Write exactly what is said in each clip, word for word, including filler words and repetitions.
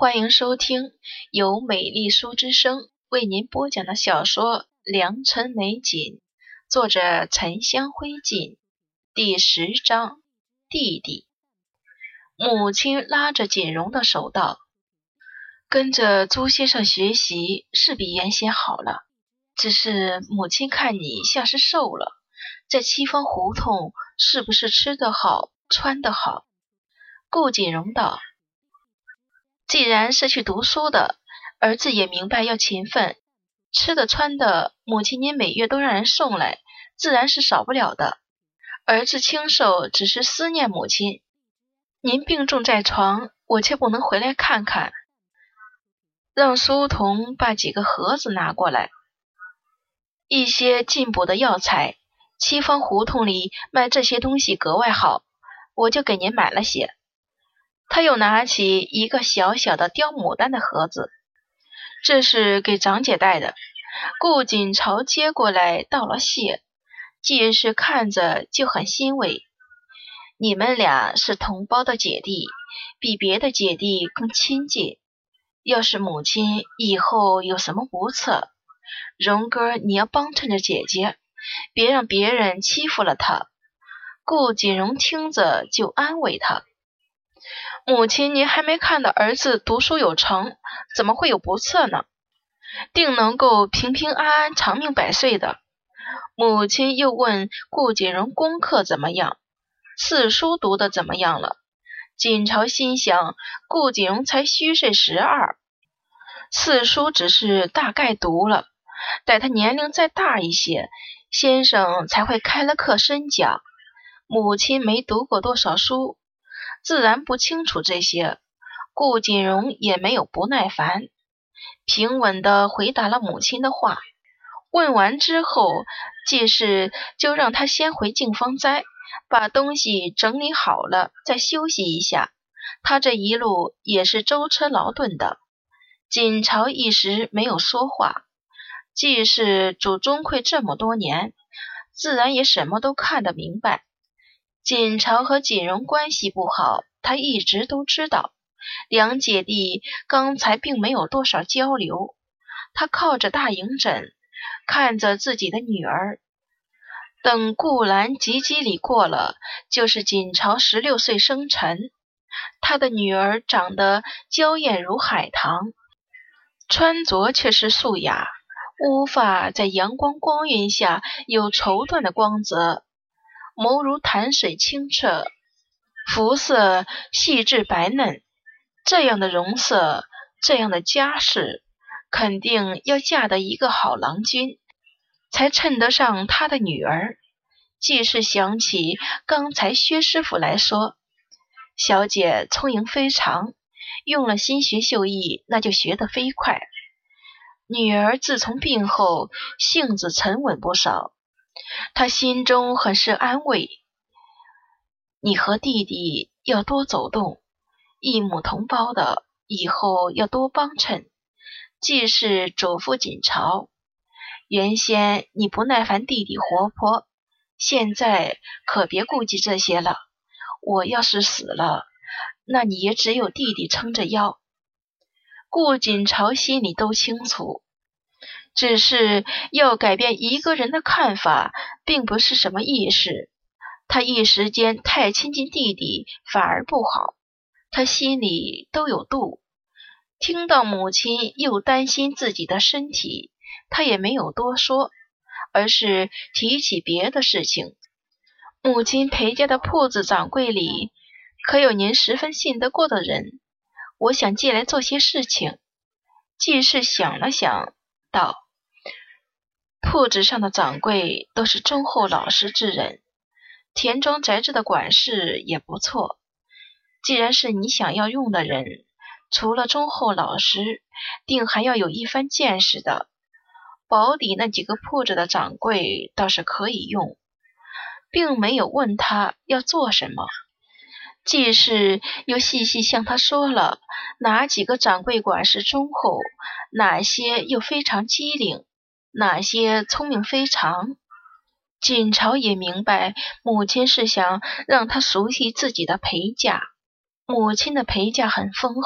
欢迎收听由美丽书之声为您播讲的小说《良辰美景》，作者沉香灰烬，第十章弟弟。母亲拉着锦荣的手道：跟着朱先生学习是比原先好了，只是母亲看你像是瘦了，在七方胡同是不是吃得好穿得好？顾锦荣道：既然是去读书的，儿子也明白要勤奋，吃的穿的母亲您每月都让人送来，自然是少不了的。儿子清瘦只是思念母亲，您病重在床，我却不能回来看看。让书童把几个盒子拿过来，一些进补的药材，七方胡同里卖这些东西格外好，我就给您买了些。他又拿起一个小小的雕牡丹的盒子，这是给长姐带的。顾锦朝接过来道了谢，既是看着就很欣慰。你们俩是同胞的姐弟，比别的姐弟更亲近。要是母亲以后有什么不测，荣哥你要帮衬着姐姐，别让别人欺负了她。顾锦荣听着就安慰她：母亲您还没看到儿子读书有成，怎么会有不测呢？定能够平平安安长命百岁的。母亲又问顾锦荣功课怎么样，四书读得怎么样了。锦朝心想，顾锦荣才虚岁十二，四书只是大概读了，待他年龄再大一些，先生才会开了课深讲。母亲没读过多少书，自然不清楚这些。顾锦荣也没有不耐烦，平稳地回答了母亲的话。问完之后，季氏就让他先回净芳斋，把东西整理好了再休息一下。他这一路也是舟车劳顿的。锦朝一时没有说话，季氏主钟馗这么多年，自然也什么都看得明白。锦朝和锦荣关系不好，他一直都知道，两姐弟刚才并没有多少交流。他靠着大营枕，看着自己的女儿。等顾兰及笄里过了，就是锦朝十六岁生辰。他的女儿长得娇艳如海棠，穿着却是素雅，乌发在阳光光晕下有绸缎的光泽，眸如潭水清澈，肤色细致白嫩。这样的容色，这样的家世，肯定要嫁得一个好郎君，才称得上他的女儿。既是想起刚才薛师傅来说，小姐聪颖非常，用了心学绣艺，那就学得飞快。女儿自从病后，性子沉稳不少，他心中很是安慰。你和弟弟要多走动，异母同胞的，以后要多帮衬。既是嘱咐锦朝，原先你不耐烦弟弟活泼，现在可别顾忌这些了。我要是死了，那你也只有弟弟撑着腰。顾锦朝心里都清楚，只是要改变一个人的看法，并不是什么易事。他一时间太亲近弟弟，反而不好。他心里都有度。听到母亲又担心自己的身体，他也没有多说，而是提起别的事情。母亲裴家的铺子掌柜里，可有您十分信得过的人？我想借来做些事情。季氏想了想，道：铺子上的掌柜都是忠厚老实之人，田庄宅子的管事也不错。既然是你想要用的人，除了忠厚老实，定还要有一番见识的。保底那几个铺子的掌柜倒是可以用，并没有问他要做什么。季氏又细细向他说了哪几个掌柜管事忠厚，哪些又非常机灵，哪些聪明非常。锦朝也明白母亲是想让他熟悉自己的陪嫁。母亲的陪嫁很丰厚，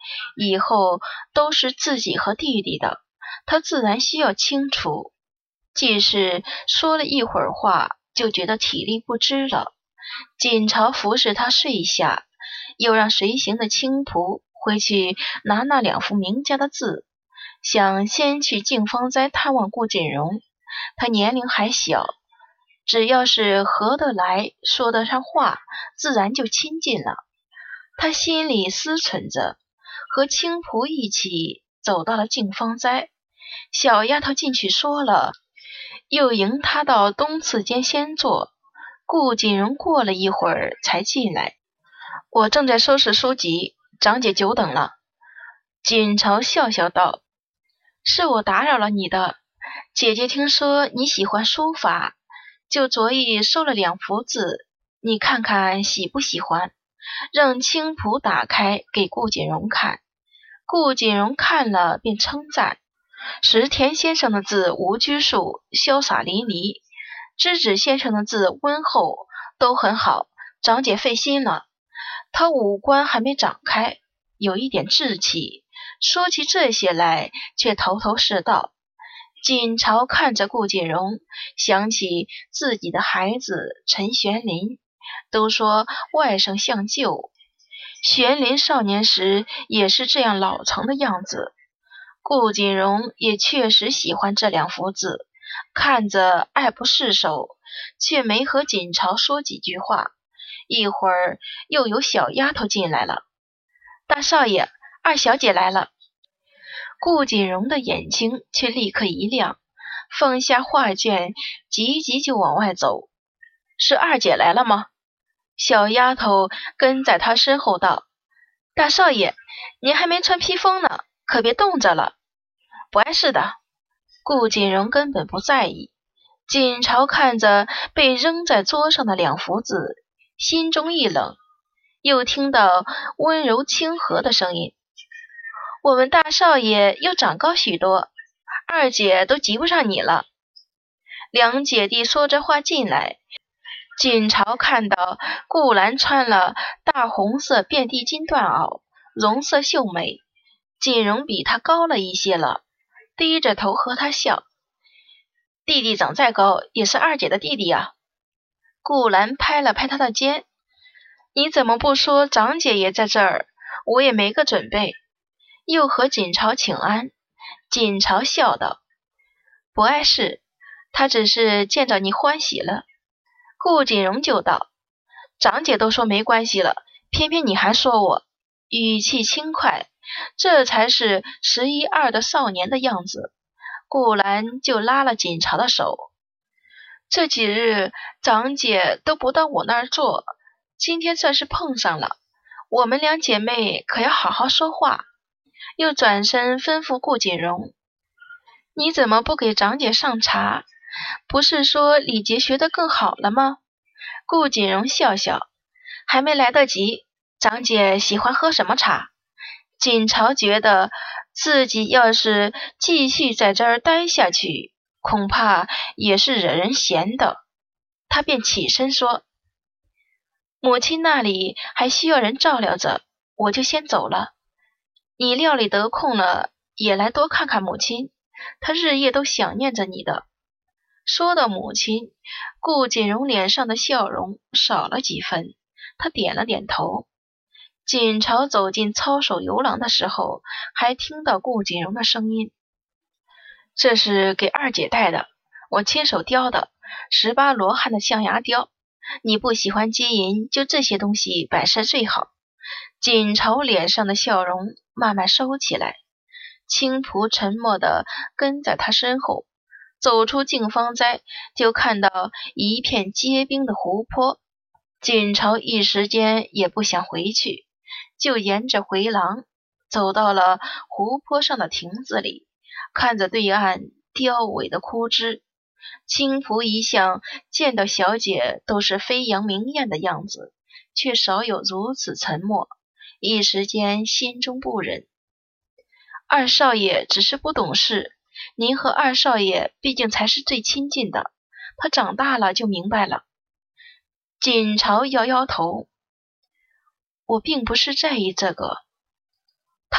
以后都是自己和弟弟的，他自然需要清楚。即使说了一会儿话，就觉得体力不支了。锦朝服侍他睡下，又让随行的青仆回去拿那两幅名家的字，想先去敬芳斋探望顾锦荣。他年龄还小，只要是合得来，说得上话，自然就亲近了。他心里思忖着，和青仆一起走到了敬芳斋。小丫头进去说了，又迎他到东次间先坐。顾锦荣过了一会儿才进来。我正在收拾书籍，长姐久等了。锦朝笑笑道，是我打扰了你的，姐姐听说你喜欢书法，就着意收了两幅字，你看看喜不喜欢？让青仆打开给顾锦荣看。顾锦荣看了便称赞，石田先生的字无拘束，潇洒淋漓，知止先生的字温厚，都很好，长姐费心了。他五官还没长开，有一点稚气，说起这些来却头头是道。锦朝看着顾锦荣，想起自己的孩子陈玄林，都说外甥像舅，玄林少年时也是这样老成的样子。顾锦荣也确实喜欢这两幅字，看着爱不释手，却没和锦朝说几句话。一会儿又有小丫头进来了，大少爷，二小姐来了。顾锦荣的眼睛却立刻一亮，放下画卷，急急就往外走。是二姐来了吗？小丫头跟在他身后道，大少爷，您还没穿披风呢，可别冻着了。不碍事的。顾锦荣根本不在意。锦朝看着被扔在桌上的两幅字，心中一冷，又听到温柔清和的声音，我们大少爷又长高许多，二姐都及不上你了。两姐弟说着话进来，锦朝看到顾兰穿了大红色遍地金缎袄，容色秀美，锦荣比她高了一些了，低着头和她笑，弟弟长再高也是二姐的弟弟啊。顾兰拍了拍他的肩，你怎么不说长姐也在这儿，我也没个准备。又和锦朝请安。锦朝笑道，不碍事，他只是见到你欢喜了。顾锦荣就道，长姐都说没关系了，偏偏你还说我。语气轻快，这才是十一二的少年的样子。顾兰就拉了锦朝的手，这几日长姐都不到我那儿坐，今天算是碰上了，我们两姐妹可要好好说话。又转身吩咐顾锦荣，你怎么不给长姐上茶？不是说礼节学得更好了吗？顾锦荣笑笑，还没来得及，长姐喜欢喝什么茶？锦朝觉得自己要是继续在这儿待下去，恐怕也是惹人嫌的。他便起身说，母亲那里还需要人照料着，我就先走了。你料理得空了，也来多看看母亲，她日夜都想念着你的。说到母亲，顾锦荣脸上的笑容少了几分，他点了点头。锦朝走进操守游廊的时候，还听到顾锦荣的声音，这是给二姐带的，我亲手雕的，十八罗汉的象牙雕，你不喜欢金银，就这些东西摆设最好。锦朝脸上的笑容慢慢收起来，青仆沉默地跟在他身后。走出敬芳斋，就看到一片结冰的湖泊。锦朝一时间也不想回去，就沿着回廊走到了湖泊上的亭子里，看着对岸凋萎的枯枝。青仆一向见到小姐都是飞扬明艳的样子，却少有如此沉默，一时间心中不忍。二少爷只是不懂事，您和二少爷毕竟才是最亲近的，他长大了就明白了。锦朝摇摇头，我并不是在意这个。他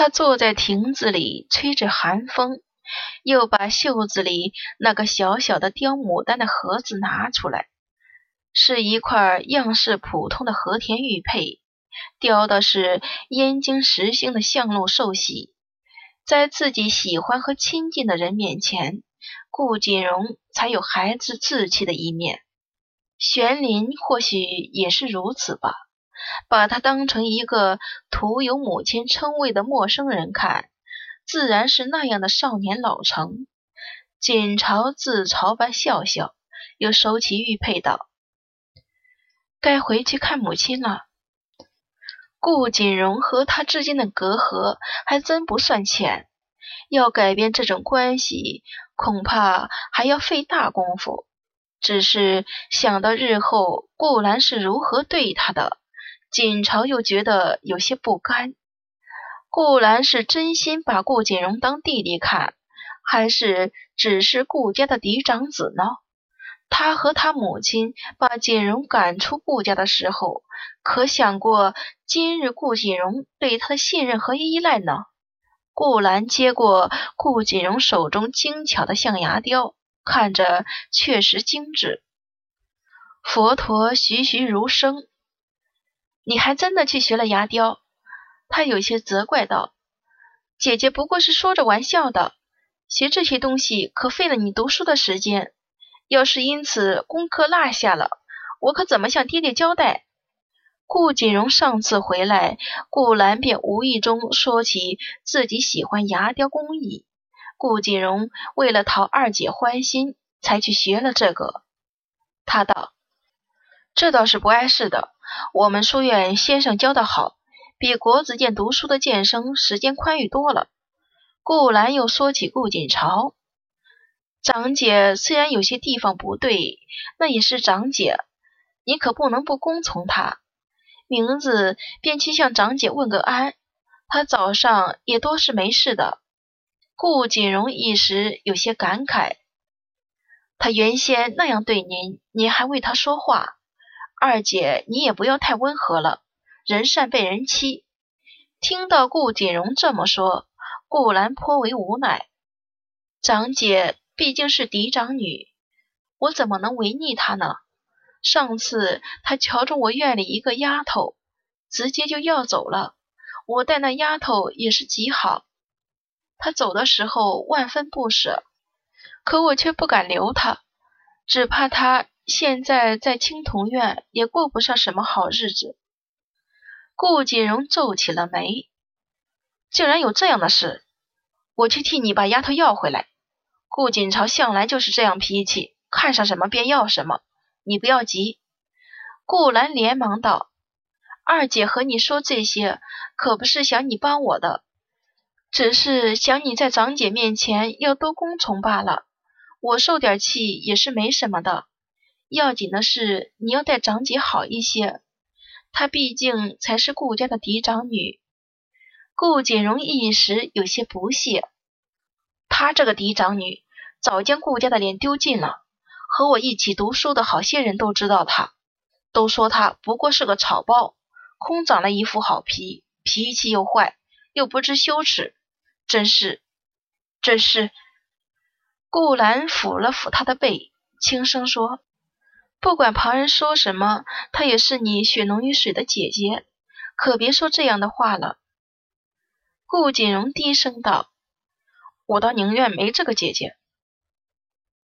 他坐在亭子里吹着寒风，又把袖子里那个小小的雕牡丹的盒子拿出来，是一块样式普通的和田玉佩，雕的是燕京时兴的象鹿受喜。在自己喜欢和亲近的人面前，顾锦荣才有孩子稚气的一面。玄林或许也是如此吧，把他当成一个徒有母亲称谓的陌生人看，自然是那样的少年老成。锦朝自嘲般笑笑，又收起玉佩道：该回去看母亲了。顾锦荣和他之间的隔阂还真不算浅，要改变这种关系恐怕还要费大功夫。只是想到日后顾兰是如何对他的，锦朝又觉得有些不甘。顾兰是真心把顾锦荣当弟弟看，还是只是顾家的嫡长子呢？他和他母亲把锦荣赶出顾家的时候，可想过今日顾锦荣对他的信任和依赖呢？顾兰接过顾锦荣手中精巧的象牙雕，看着确实精致。佛陀栩栩如生。你还真的去学了牙雕？他有些责怪道。姐姐不过是说着玩笑的，学这些东西可费了你读书的时间，要是因此功课落下了，我可怎么向爹爹交代？顾锦荣上次回来，顾兰便无意中说起自己喜欢牙雕工艺，顾锦荣为了讨二姐欢心，才去学了这个。他道：这倒是不碍事的，我们书院先生教得好，比国子监读书的监生时间宽裕多了。顾兰又说起顾锦朝，长姐虽然有些地方不对，那也是长姐，你可不能不恭从她。名字便去向长姐问个安，她早上也多是没事的。顾锦荣一时有些感慨，他原先那样对您，您还为他说话。二姐你也不要太温和了，人善被人欺。听到顾锦荣这么说，顾兰颇为无奈。长姐毕竟是嫡长女，我怎么能违逆她呢？上次她瞧中我院里一个丫头，直接就要走了，我待那丫头也是极好。她走的时候万分不舍，可我却不敢留她，只怕她现在在青铜院也过不上什么好日子。顾锦荣皱起了眉，竟然有这样的事，我去替你把丫头要回来。顾锦朝向来就是这样脾气，看上什么便要什么，你不要急。顾兰连忙道：二姐和你说这些可不是想你帮我的，只是想你在长姐面前要多恭从罢了，我受点气也是没什么的，要紧的是你要待长姐好一些，她毕竟才是顾家的嫡长女。顾锦荣一时有些不屑，她这个嫡长女早将顾家的脸丢尽了，和我一起读书的好些人都知道她，都说她不过是个草包，空长了一副好皮，脾气又坏，又不知羞耻，真是真是。顾兰抚了抚他的背，轻声说：不管旁人说什么，她也是你血浓于水的姐姐，可别说这样的话了。顾锦荣低声道：我倒宁愿没这个姐姐。